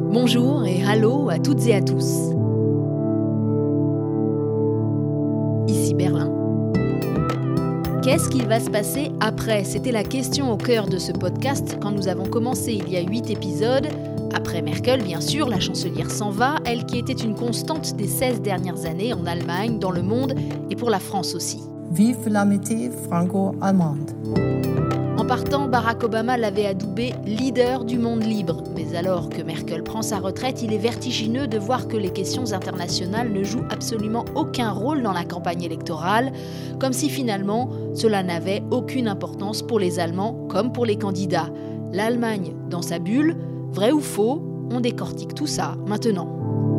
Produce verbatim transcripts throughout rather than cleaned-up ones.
Bonjour et hallo à toutes et à tous. Ici Berlin. Qu'est-ce qu'il va se passer après ? C'était la question au cœur de ce podcast quand nous avons commencé il y a huit épisodes. Après Merkel, bien sûr, la chancelière s'en va, elle qui était une constante des seize dernières années en Allemagne, dans le monde et pour la France aussi. Vive l'amitié franco-allemande. En partant, Barack Obama l'avait adoubé leader du monde libre. Mais alors que Merkel prend sa retraite, il est vertigineux de voir que les questions internationales ne jouent absolument aucun rôle dans la campagne électorale, comme si finalement cela n'avait aucune importance pour les Allemands comme pour les candidats. L'Allemagne dans sa bulle, vrai ou faux, on décortique tout ça maintenant.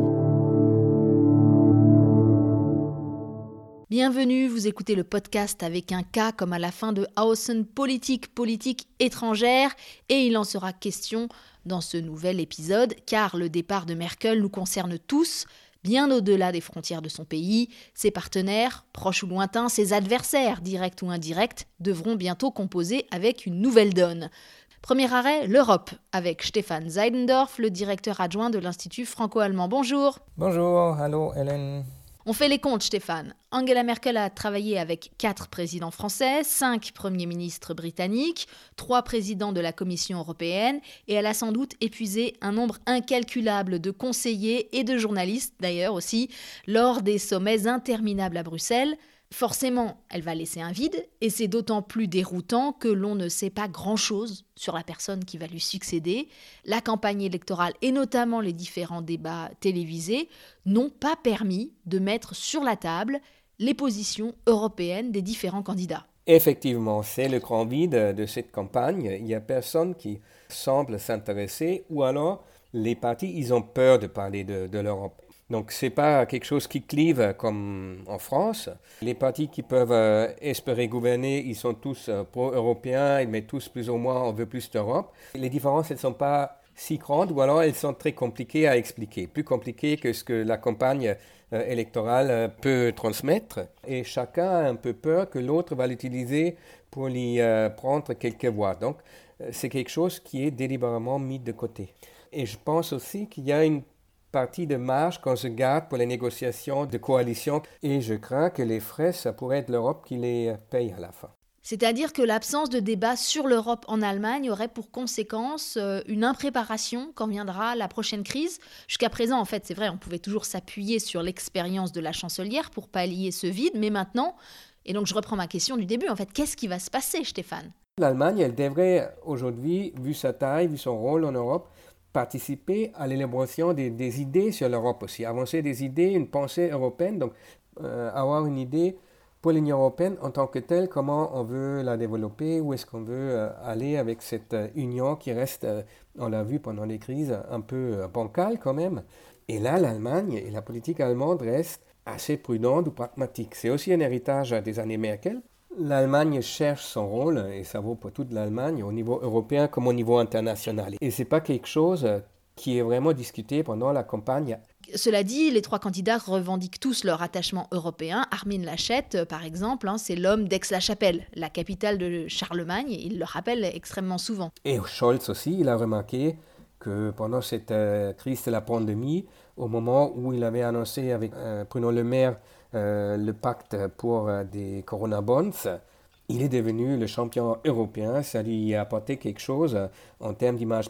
Bienvenue, vous écoutez le podcast avec un K comme à la fin de Außenpolitik, politique étrangère, et il en sera question dans ce nouvel épisode, car le départ de Merkel nous concerne tous, bien au-delà des frontières de son pays. Ses partenaires, proches ou lointains, ses adversaires, directs ou indirects, devront bientôt composer avec une nouvelle donne. Premier arrêt, l'Europe, avec Stefan Seidendorf, le directeur adjoint de l'Institut franco-allemand. Bonjour. Bonjour, allô Hélène. On fait les comptes, Stéphane. Angela Merkel a travaillé avec quatre présidents français, cinq premiers ministres britanniques, trois présidents de la Commission européenne, et elle a sans doute épuisé un nombre incalculable de conseillers et de journalistes, d'ailleurs aussi, lors des sommets interminables à Bruxelles. Forcément, elle va laisser un vide, et c'est d'autant plus déroutant que l'on ne sait pas grand-chose sur la personne qui va lui succéder. La campagne électorale, et notamment les différents débats télévisés, n'ont pas permis de mettre sur la table les positions européennes des différents candidats. Effectivement, c'est le grand vide de cette campagne. Il n'y a personne qui semble s'intéresser, ou alors les partis, ils ont peur de parler de, de l'Europe. Donc, ce n'est pas quelque chose qui clive comme en France. Les partis qui peuvent euh, espérer gouverner, ils sont tous euh, pro-européens, mais tous plus ou moins, on veut plus d'Europe. Les différences, elles ne sont pas si grandes, ou alors elles sont très compliquées à expliquer, plus compliquées que ce que la campagne euh, électorale euh, peut transmettre. Et chacun a un peu peur que l'autre va l'utiliser pour lui euh, prendre quelques voix. Donc, euh, c'est quelque chose qui est délibérément mis de côté. Et je pense aussi qu'il y a une partie de marge qu'on se garde pour les négociations de coalition. Et je crains que les frais, ça pourrait être l'Europe qui les paye à la fin. C'est-à-dire que l'absence de débat sur l'Europe en Allemagne aurait pour conséquence euh, une impréparation quand viendra la prochaine crise. Jusqu'à présent, en fait, c'est vrai, on pouvait toujours s'appuyer sur l'expérience de la chancelière pour pallier ce vide, mais maintenant, et donc je reprends ma question du début, en fait, qu'est-ce qui va se passer, Stéphane ? L'Allemagne, elle devrait aujourd'hui, vu sa taille, vu son rôle en Europe, participer à l'élaboration des, des idées sur l'Europe aussi, avancer des idées, une pensée européenne, donc euh, avoir une idée pour l'Union européenne en tant que telle, comment on veut la développer, où est-ce qu'on veut euh, aller avec cette euh, union qui reste, euh, on l'a vu pendant les crises, un peu euh, bancale quand même. Et là, l'Allemagne et la politique allemande restent assez prudentes ou pragmatiques. C'est aussi un héritage des années Merkel. L'Allemagne cherche son rôle, et ça vaut pour toute l'Allemagne, au niveau européen comme au niveau international. Et ce n'est pas quelque chose qui est vraiment discuté pendant la campagne. Cela dit, les trois candidats revendiquent tous leur attachement européen. Armin Laschet, par exemple, hein, c'est l'homme d'Aix-la-Chapelle, la capitale de Charlemagne, il le rappelle extrêmement souvent. Et Scholz aussi, il a remarqué que pendant cette euh, crise de la pandémie, au moment où il avait annoncé avec euh, Bruno Le Maire Euh, le pacte pour euh, des Corona Bonds, il est devenu le champion européen. Ça lui a apporté quelque chose euh, en termes d'image.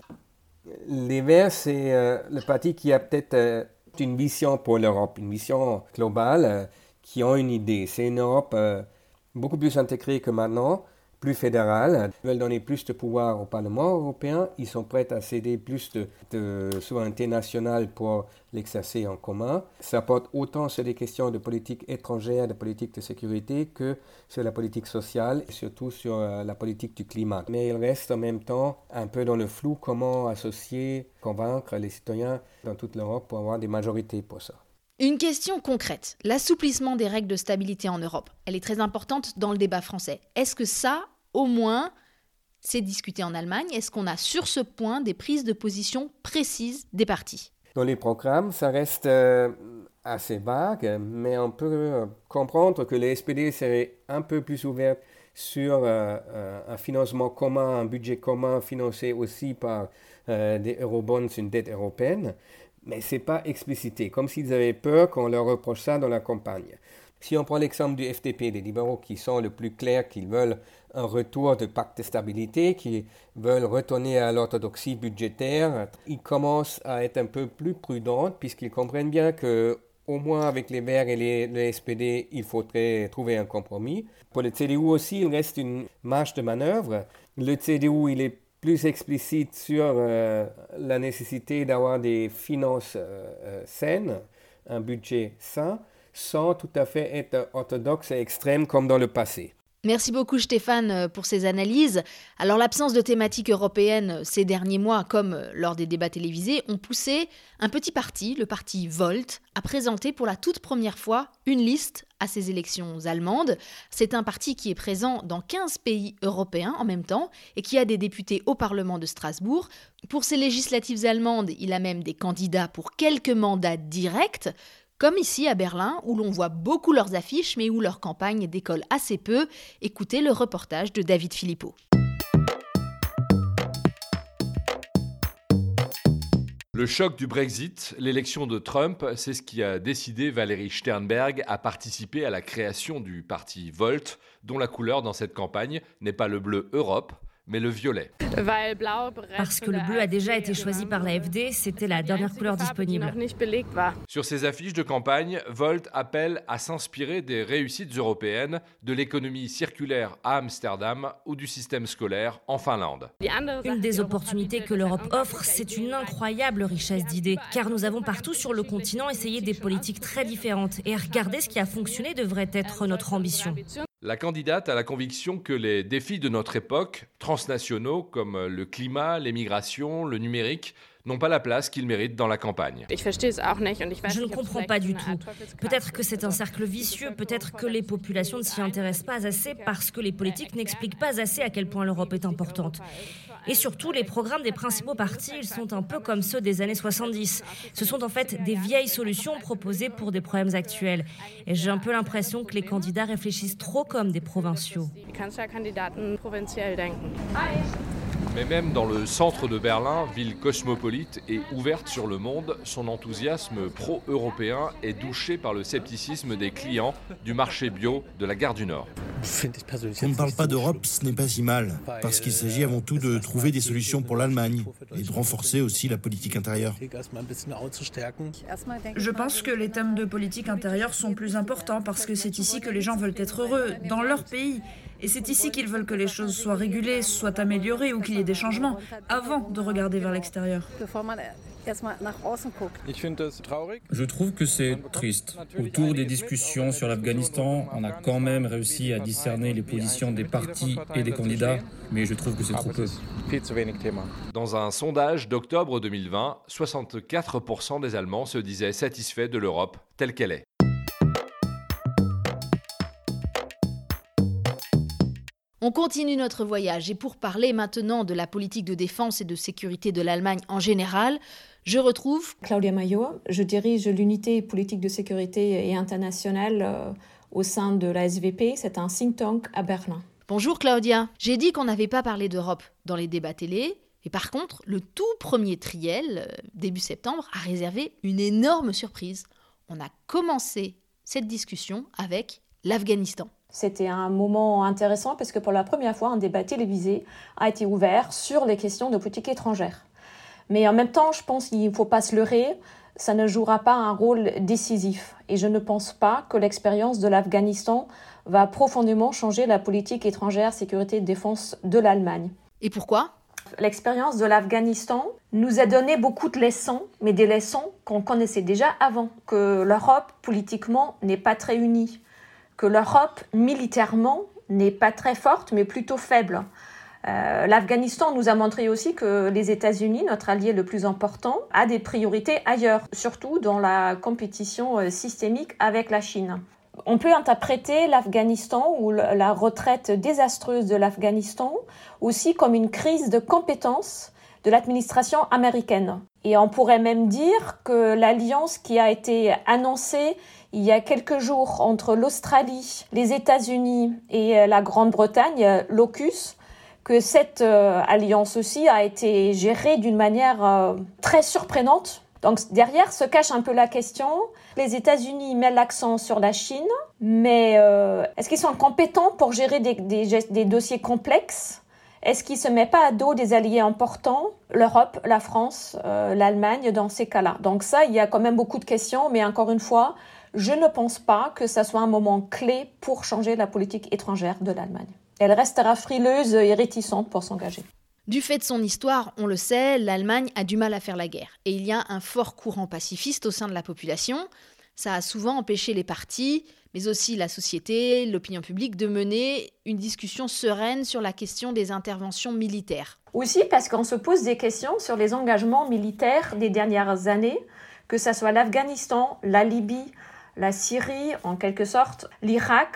Les Verts, c'est euh, le parti qui a peut-être euh, une vision pour l'Europe, une vision globale, euh, qui ont une idée. C'est une Europe euh, beaucoup plus intégrée que maintenant, plus fédérale. Ils veulent donner plus de pouvoir au Parlement européen. Ils sont prêts à céder plus de, de souveraineté nationale pour l'exercer en commun. Ça porte autant sur des questions de politique étrangère, de politique de sécurité, que sur la politique sociale et surtout sur euh, la politique du climat. Mais il reste en même temps un peu dans le flou comment associer, convaincre les citoyens dans toute l'Europe pour avoir des majorités pour ça. Une question concrète, l'assouplissement des règles de stabilité en Europe, elle est très importante dans le débat français. Est-ce que ça, au moins, c'est discuté en Allemagne ? Est-ce qu'on a sur ce point des prises de position précises des partis ? Dans les programmes, ça reste euh, assez vague, mais on peut euh, comprendre que les S P D seraient un peu plus ouvertes sur euh, un financement commun, un budget commun financé aussi par euh, des eurobonds, une dette européenne, mais ce n'est pas explicité, comme s'ils avaient peur qu'on leur reproche ça dans la campagne. Si on prend l'exemple du F D P, des libéraux qui sont le plus clairs, qu'ils veulent un retour de pacte de stabilité, qui veulent retourner à l'orthodoxie budgétaire, ils commencent à être un peu plus prudents puisqu'ils comprennent bien que au moins avec les Verts et les, les S P D, il faudrait trouver un compromis. Pour le C D U aussi, il reste une marge de manœuvre. Le C D U, il est plus explicite sur euh, la nécessité d'avoir des finances euh, euh, saines, un budget sain, sans tout à fait être orthodoxe et extrême comme dans le passé. Merci beaucoup Stéphane pour ces analyses. Alors l'absence de thématique européenne ces derniers mois, comme lors des débats télévisés, ont poussé un petit parti, le parti Volt, à présenter pour la toute première fois une liste à ces élections allemandes. C'est un parti qui est présent dans quinze pays européens en même temps et qui a des députés au Parlement de Strasbourg. Pour ces législatives allemandes, il a même des candidats pour quelques mandats directs. Comme ici à Berlin, où l'on voit beaucoup leurs affiches, mais où leur campagne décolle assez peu. Écoutez le reportage de David Philippot. Le choc du Brexit, l'élection de Trump, c'est ce qui a décidé Valérie Sternberg à participer à la création du parti Volt, dont la couleur dans cette campagne n'est pas le bleu Europe, mais le violet. Parce que le bleu a déjà été choisi par l'A F D, c'était la dernière couleur disponible. Sur ces affiches de campagne, Volt appelle à s'inspirer des réussites européennes, de l'économie circulaire à Amsterdam ou du système scolaire en Finlande. Une des opportunités que l'Europe offre, c'est une incroyable richesse d'idées, car nous avons partout sur le continent essayé des politiques très différentes, et regarder ce qui a fonctionné devrait être notre ambition. La candidate a la conviction que les défis de notre époque, transnationaux comme le climat, les migrations, le numérique, n'ont pas la place qu'ils méritent dans la campagne. Je ne comprends pas du tout. Peut-être que c'est un cercle vicieux, peut-être que les populations ne s'y intéressent pas assez parce que les politiques n'expliquent pas assez à quel point l'Europe est importante. Et surtout, les programmes des principaux partis, ils sont un peu comme ceux des années soixante-dix. Ce sont en fait des vieilles solutions proposées pour des problèmes actuels. Et j'ai un peu l'impression que les candidats réfléchissent trop comme des provinciaux. Mais même dans le centre de Berlin, ville cosmopolite et ouverte sur le monde, son enthousiasme pro-européen est douché par le scepticisme des clients du marché bio de la gare du Nord. Qu'on ne parle pas d'Europe, ce n'est pas si mal, parce qu'il s'agit avant tout de trouver des solutions pour l'Allemagne et de renforcer aussi la politique intérieure. Je pense que les thèmes de politique intérieure sont plus importants parce que c'est ici que les gens veulent être heureux, dans leur pays. Et c'est ici qu'ils veulent que les choses soient régulées, soient améliorées ou qu'il y ait des changements, avant de regarder vers l'extérieur. Je trouve que c'est triste. Autour des discussions sur l'Afghanistan, on a quand même réussi à discerner les positions des partis et des candidats, mais je trouve que c'est trop peu. Dans un sondage d'octobre deux mille vingt, soixante-quatre pour cent des Allemands se disaient satisfaits de l'Europe telle qu'elle est. On continue notre voyage et pour parler maintenant de la politique de défense et de sécurité de l'Allemagne en général, je retrouve Claudia Major. Je dirige l'unité politique de sécurité et internationale euh, au sein de la S V P. C'est un think tank à Berlin. Bonjour Claudia. J'ai dit qu'on n'avait pas parlé d'Europe dans les débats télé. Et par contre, le tout premier triel, euh, début septembre, a réservé une énorme surprise. On a commencé cette discussion avec l'Afghanistan. C'était un moment intéressant parce que pour la première fois, un débat télévisé a été ouvert sur les questions de politique étrangère. Mais en même temps, je pense qu'il ne faut pas se leurrer, ça ne jouera pas un rôle décisif. Et je ne pense pas que l'expérience de l'Afghanistan va profondément changer la politique étrangère, sécurité et défense de l'Allemagne. Et pourquoi ? L'expérience de l'Afghanistan nous a donné beaucoup de leçons, mais des leçons qu'on connaissait déjà avant, que l'Europe, politiquement, n'est pas très unie, que l'Europe, militairement, n'est pas très forte, mais plutôt faible. Euh, L'Afghanistan nous a montré aussi que les États-Unis, notre allié le plus important, a des priorités ailleurs, surtout dans la compétition euh, systémique avec la Chine. On peut interpréter l'Afghanistan ou la retraite désastreuse de l'Afghanistan aussi comme une crise de compétences, de l'administration américaine. Et on pourrait même dire que l'alliance qui a été annoncée il y a quelques jours entre l'Australie, les États-Unis et la Grande-Bretagne, l'AUKUS, que cette euh, alliance aussi a été gérée d'une manière euh, très surprenante. Donc derrière se cache un peu la question. Les États-Unis mettent l'accent sur la Chine, mais euh, est-ce qu'ils sont compétents pour gérer des, des, des dossiers complexes ? Est-ce qu'ils ne se mettent pas à dos des alliés importants ? L'Europe, la France, euh, l'Allemagne, dans ces cas-là. Donc ça, il y a quand même beaucoup de questions, mais encore une fois, je ne pense pas que ça soit un moment clé pour changer la politique étrangère de l'Allemagne. Elle restera frileuse et réticente pour s'engager. Du fait de son histoire, on le sait, l'Allemagne a du mal à faire la guerre. Et il y a un fort courant pacifiste au sein de la population. Ça a souvent empêché les partis, mais aussi la société, l'opinion publique, de mener une discussion sereine sur la question des interventions militaires. Aussi parce qu'on se pose des questions sur les engagements militaires des dernières années, que ce soit l'Afghanistan, la Libye, la Syrie, en quelque sorte, l'Irak,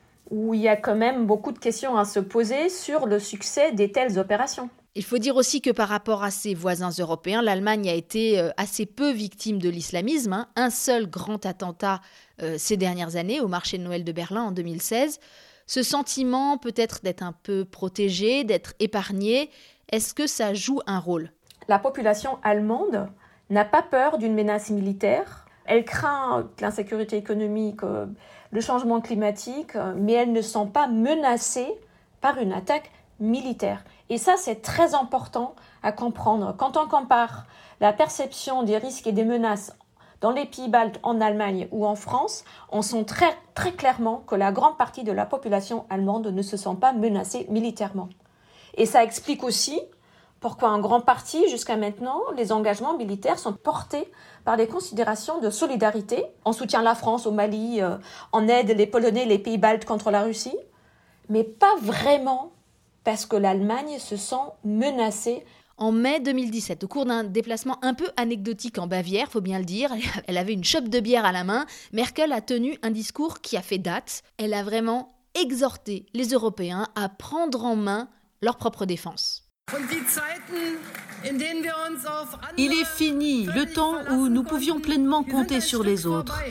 où il y a quand même beaucoup de questions à se poser sur le succès des telles opérations. Il faut dire aussi que par rapport à ses voisins européens, l'Allemagne a été assez peu victime de l'islamisme. Hein. Un seul grand attentat euh, ces dernières années, au marché de Noël de Berlin en deux mille seize. Ce sentiment peut-être d'être un peu protégé, d'être épargné, est-ce que ça joue un rôle ? La population allemande n'a pas peur d'une menace militaire. Elle craint l'insécurité économique, euh, le changement climatique, euh, mais elle ne sont pas menacée par une attaque militaire. Et ça, c'est très important à comprendre. Quand on compare la perception des risques et des menaces dans les pays baltes, en Allemagne ou en France, on sent très, très clairement que la grande partie de la population allemande ne se sent pas menacée militairement. Et ça explique aussi pourquoi en grande partie, jusqu'à maintenant, les engagements militaires sont portés par des considérations de solidarité. On soutient la France au Mali, euh, on aide les Polonais, les pays baltes contre la Russie, mais pas vraiment parce que l'Allemagne se sent menacée. En mai deux mille dix-sept, au cours d'un déplacement un peu anecdotique en Bavière, faut bien le dire, elle avait une chope de bière à la main, Merkel a tenu un discours qui a fait date. Elle a vraiment exhorté les Européens à prendre en main leur propre défense. Il est fini le temps où nous pouvions pleinement compter sur les autres.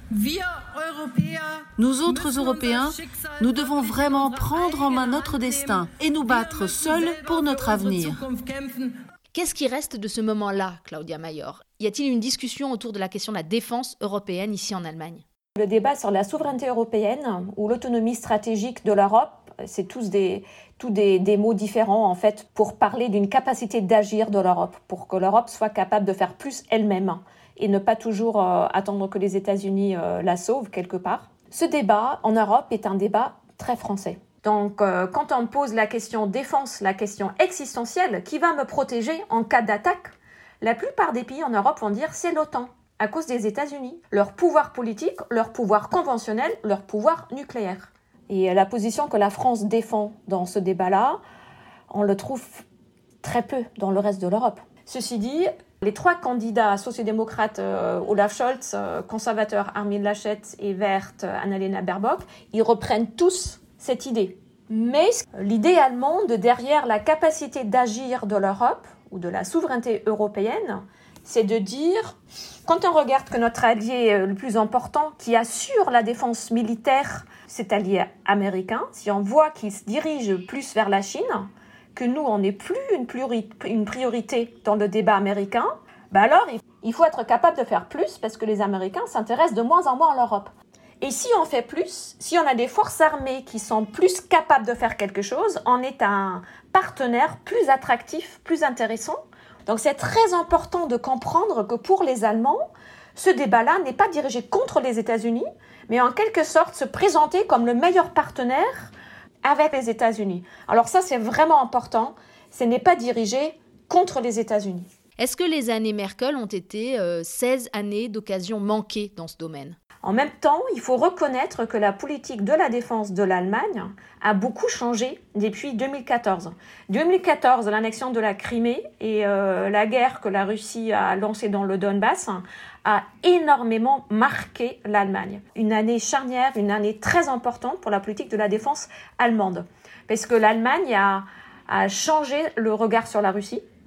Nous autres Européens, nous devons vraiment prendre en main notre destin et nous battre seuls pour notre avenir. Qu'est-ce qui reste de ce moment-là, Claudia Mayor ? Y a-t-il une discussion autour de la question de la défense européenne ici en Allemagne ? Le débat sur la souveraineté européenne ou l'autonomie stratégique de l'Europe, c'est tous des, tous des, des mots différents en fait pour parler d'une capacité d'agir de l'Europe, pour que l'Europe soit capable de faire plus elle-même et ne pas toujours euh, attendre que les États-Unis euh, la sauvent quelque part. Ce débat en Europe est un débat très français. Donc euh, quand on pose la question défense, la question existentielle, qui va me protéger en cas d'attaque, la plupart des pays en Europe vont dire c'est l'OTAN, à cause des États-Unis, leur pouvoir politique, leur pouvoir conventionnel, leur pouvoir nucléaire. Et la position que la France défend dans ce débat-là, on le trouve très peu dans le reste de l'Europe. Ceci dit, les trois candidats sociodémocrates, euh, Olaf Scholz, euh, conservateur Armin Laschet et verte euh, Annalena Baerbock, ils reprennent tous cette idée. Mais l'idée allemande derrière la capacité d'agir de l'Europe ou de la souveraineté européenne, c'est de dire, quand on regarde que notre allié le plus important qui assure la défense militaire, c'est l'allié américain, si on voit qu'il se dirige plus vers la Chine, que nous, on n'est plus une, priori- une priorité dans le débat américain, ben alors il faut être capable de faire plus parce que les Américains s'intéressent de moins en moins à l'Europe. Et si on fait plus, si on a des forces armées qui sont plus capables de faire quelque chose, on est un partenaire plus attractif, plus intéressant. Donc c'est très important de comprendre que pour les Allemands, ce débat-là n'est pas dirigé contre les États-Unis, mais en quelque sorte se présenter comme le meilleur partenaire avec les États-Unis. Alors ça, c'est vraiment important. Ce n'est pas dirigé contre les États-Unis. Est-ce que les années Merkel ont été euh, seize années d'occasions manquées dans ce domaine ? En même temps, il faut reconnaître que la politique de la défense de l'Allemagne a beaucoup changé depuis deux mille quatorze. deux mille quatorze, l'annexion de la Crimée et euh, la guerre que la Russie a lancée dans le Donbass a énormément marqué l'Allemagne. Une année charnière, une année très importante pour la politique de la défense allemande. Parce que l'Allemagne a, a changé le regard sur la Russie.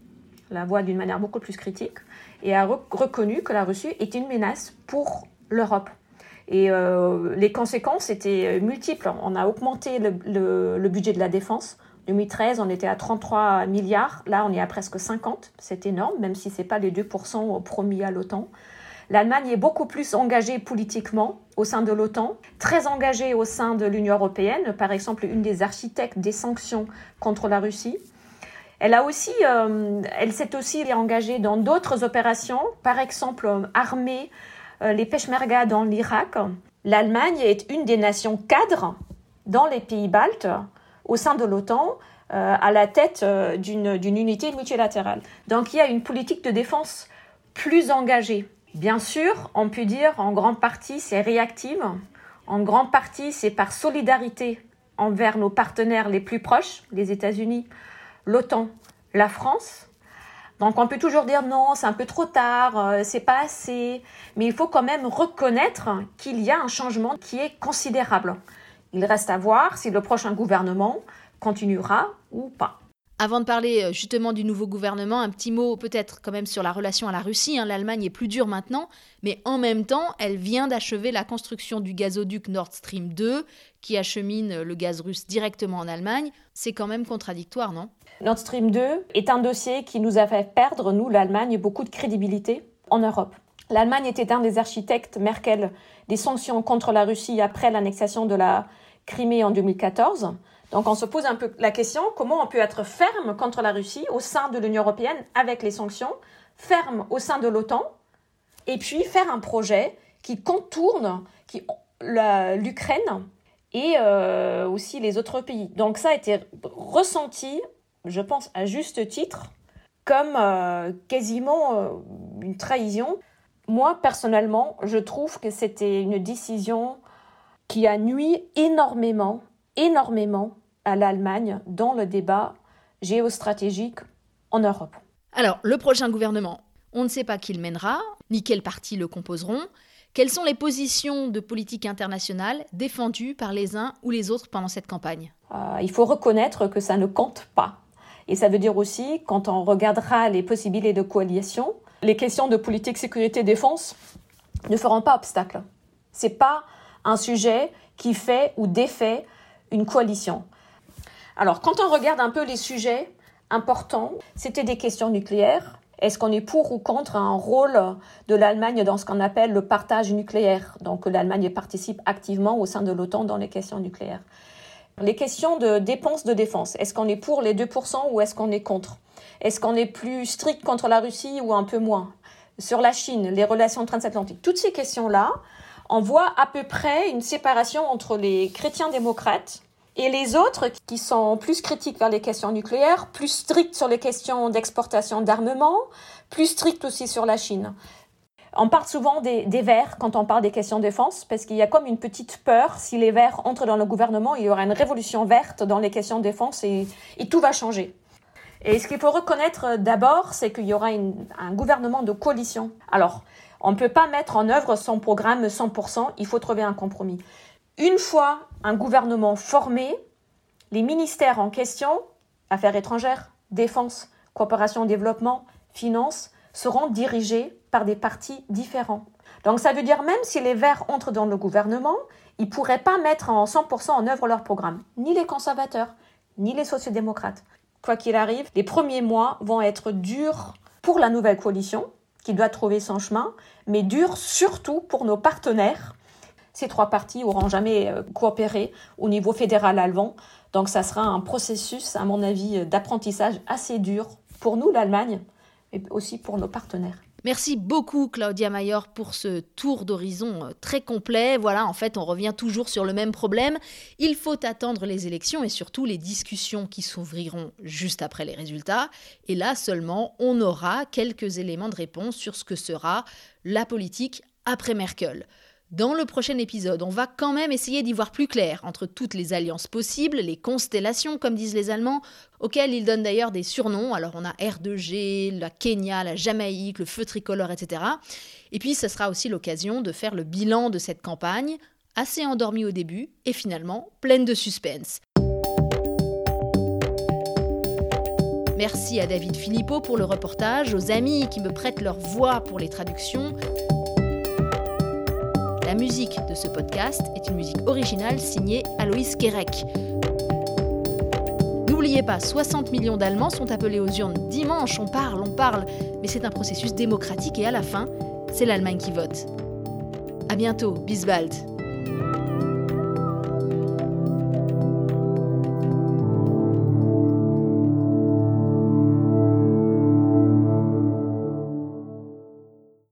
la voit d'une manière beaucoup plus critique et a re- reconnu que la Russie était une menace pour l'Europe. Et euh, les conséquences étaient multiples. On a augmenté le, le, le budget de la défense. En deux mille treize, on était à trente-trois milliards. Là, on est à presque cinquante. C'est énorme, même si ce n'est pas les deux pour cent promis à l'OTAN. L'Allemagne est beaucoup plus engagée politiquement au sein de l'OTAN, très engagée au sein de l'Union européenne, par exemple une des architectes des sanctions contre la Russie. Elle, a aussi, euh, elle s'est aussi engagée dans d'autres opérations, par exemple euh, armer euh, les Peshmerga dans l'Irak. L'Allemagne est une des nations cadres dans les pays baltes, au sein de l'OTAN, euh, à la tête euh, d'une, d'une unité multilatérale. Donc il y a une politique de défense plus engagée. Bien sûr, on peut dire en grande partie c'est réactive, en grande partie c'est par solidarité envers nos partenaires les plus proches, les États-Unis, l'OTAN, la France. Donc on peut toujours dire non, c'est un peu trop tard, euh, c'est pas assez, mais il faut quand même reconnaître qu'il y a un changement qui est considérable. Il reste à voir si le prochain gouvernement continuera ou pas. Avant de parler justement du nouveau gouvernement, un petit mot peut-être quand même sur la relation à la Russie. Hein. L'Allemagne est plus dure maintenant, mais en même temps, elle vient d'achever la construction du gazoduc Nord Stream deux, qui achemine le gaz russe directement en Allemagne. C'est quand même contradictoire, non ? Nord Stream deux est un dossier qui nous a fait perdre, nous, l'Allemagne, beaucoup de crédibilité en Europe. L'Allemagne était un des architectes, Merkel, des sanctions contre la Russie après l'annexion de la Crimée en deux mille quatorze. Donc on se pose un peu la question, comment on peut être ferme contre la Russie au sein de l'Union européenne avec les sanctions, ferme au sein de l'OTAN, et puis faire un projet qui contourne qui, la, l'Ukraine et euh, aussi les autres pays. Donc ça a été ressenti, je pense à juste titre, comme euh, quasiment euh, une trahison. Moi, personnellement, je trouve que c'était une décision qui a nui énormément énormément à l'Allemagne dans le débat géostratégique en Europe. Alors, le prochain gouvernement, on ne sait pas qui le mènera, ni quels partis le composeront. Quelles sont les positions de politique internationale défendues par les uns ou les autres pendant cette campagne ? euh, Il faut reconnaître que ça ne compte pas. Et ça veut dire aussi, quand on regardera les possibilités de coalition, les questions de politique, sécurité, défense ne feront pas obstacle. Ce n'est pas un sujet qui fait ou défait une coalition. Alors, quand on regarde un peu les sujets importants, c'était des questions nucléaires. Est-ce qu'on est pour ou contre un rôle de l'Allemagne dans ce qu'on appelle le partage nucléaire ? Donc, l'Allemagne participe activement au sein de l'OTAN dans les questions nucléaires. Les questions de dépenses de défense. Est-ce qu'on est pour les deux pour cent ou est-ce qu'on est contre ? Est-ce qu'on est plus strict contre la Russie ou un peu moins ? Sur la Chine, les relations transatlantiques. Toutes ces questions-là, on voit à peu près une séparation entre les chrétiens démocrates et les autres qui sont plus critiques vers les questions nucléaires, plus stricts sur les questions d'exportation d'armement, plus stricts aussi sur la Chine. On parle souvent des, des Verts quand on parle des questions défense, parce qu'il y a comme une petite peur, si les Verts entrent dans le gouvernement, il y aura une révolution verte dans les questions défense et, et tout va changer. Et ce qu'il faut reconnaître d'abord, c'est qu'il y aura une, un gouvernement de coalition. Alors, on ne peut pas mettre en œuvre son programme cent pour cent, il faut trouver un compromis. Une fois un gouvernement formé, les ministères en question, affaires étrangères, défense, coopération, développement, finances, seront dirigés par des partis différents. Donc ça veut dire même si les Verts entrent dans le gouvernement, ils ne pourraient pas mettre en cent pour cent en œuvre leur programme, ni les conservateurs, ni les sociodémocrates. Quoi qu'il arrive, les premiers mois vont être durs pour la nouvelle coalition, qui doit trouver son chemin, mais dur surtout pour nos partenaires. Ces trois partis n'auront jamais coopéré au niveau fédéral allemand, donc ça sera un processus, à mon avis, d'apprentissage assez dur pour nous, l'Allemagne, mais aussi pour nos partenaires. Merci beaucoup Claudia Mayor pour ce tour d'horizon très complet. Voilà, en fait, on revient toujours sur le même problème. Il faut attendre les élections et surtout les discussions qui s'ouvriront juste après les résultats. Et là seulement, on aura quelques éléments de réponse sur ce que sera la politique après Merkel. Dans le prochain épisode, on va quand même essayer d'y voir plus clair entre toutes les alliances possibles, les constellations, comme disent les Allemands, auxquelles ils donnent d'ailleurs des surnoms. Alors on a R deux G, la Kenya, la Jamaïque, le feu tricolore, et cetera. Et puis ce sera aussi l'occasion de faire le bilan de cette campagne, assez endormie au début et finalement pleine de suspense. Merci à David Philippot pour le reportage, aux amis qui me prêtent leur voix pour les traductions. La musique de ce podcast est une musique originale signée Aloïs Kerek. N'oubliez pas, soixante millions d'Allemands sont appelés aux urnes dimanche. On parle, on parle, mais c'est un processus démocratique et à la fin, c'est l'Allemagne qui vote. À bientôt, bis bald.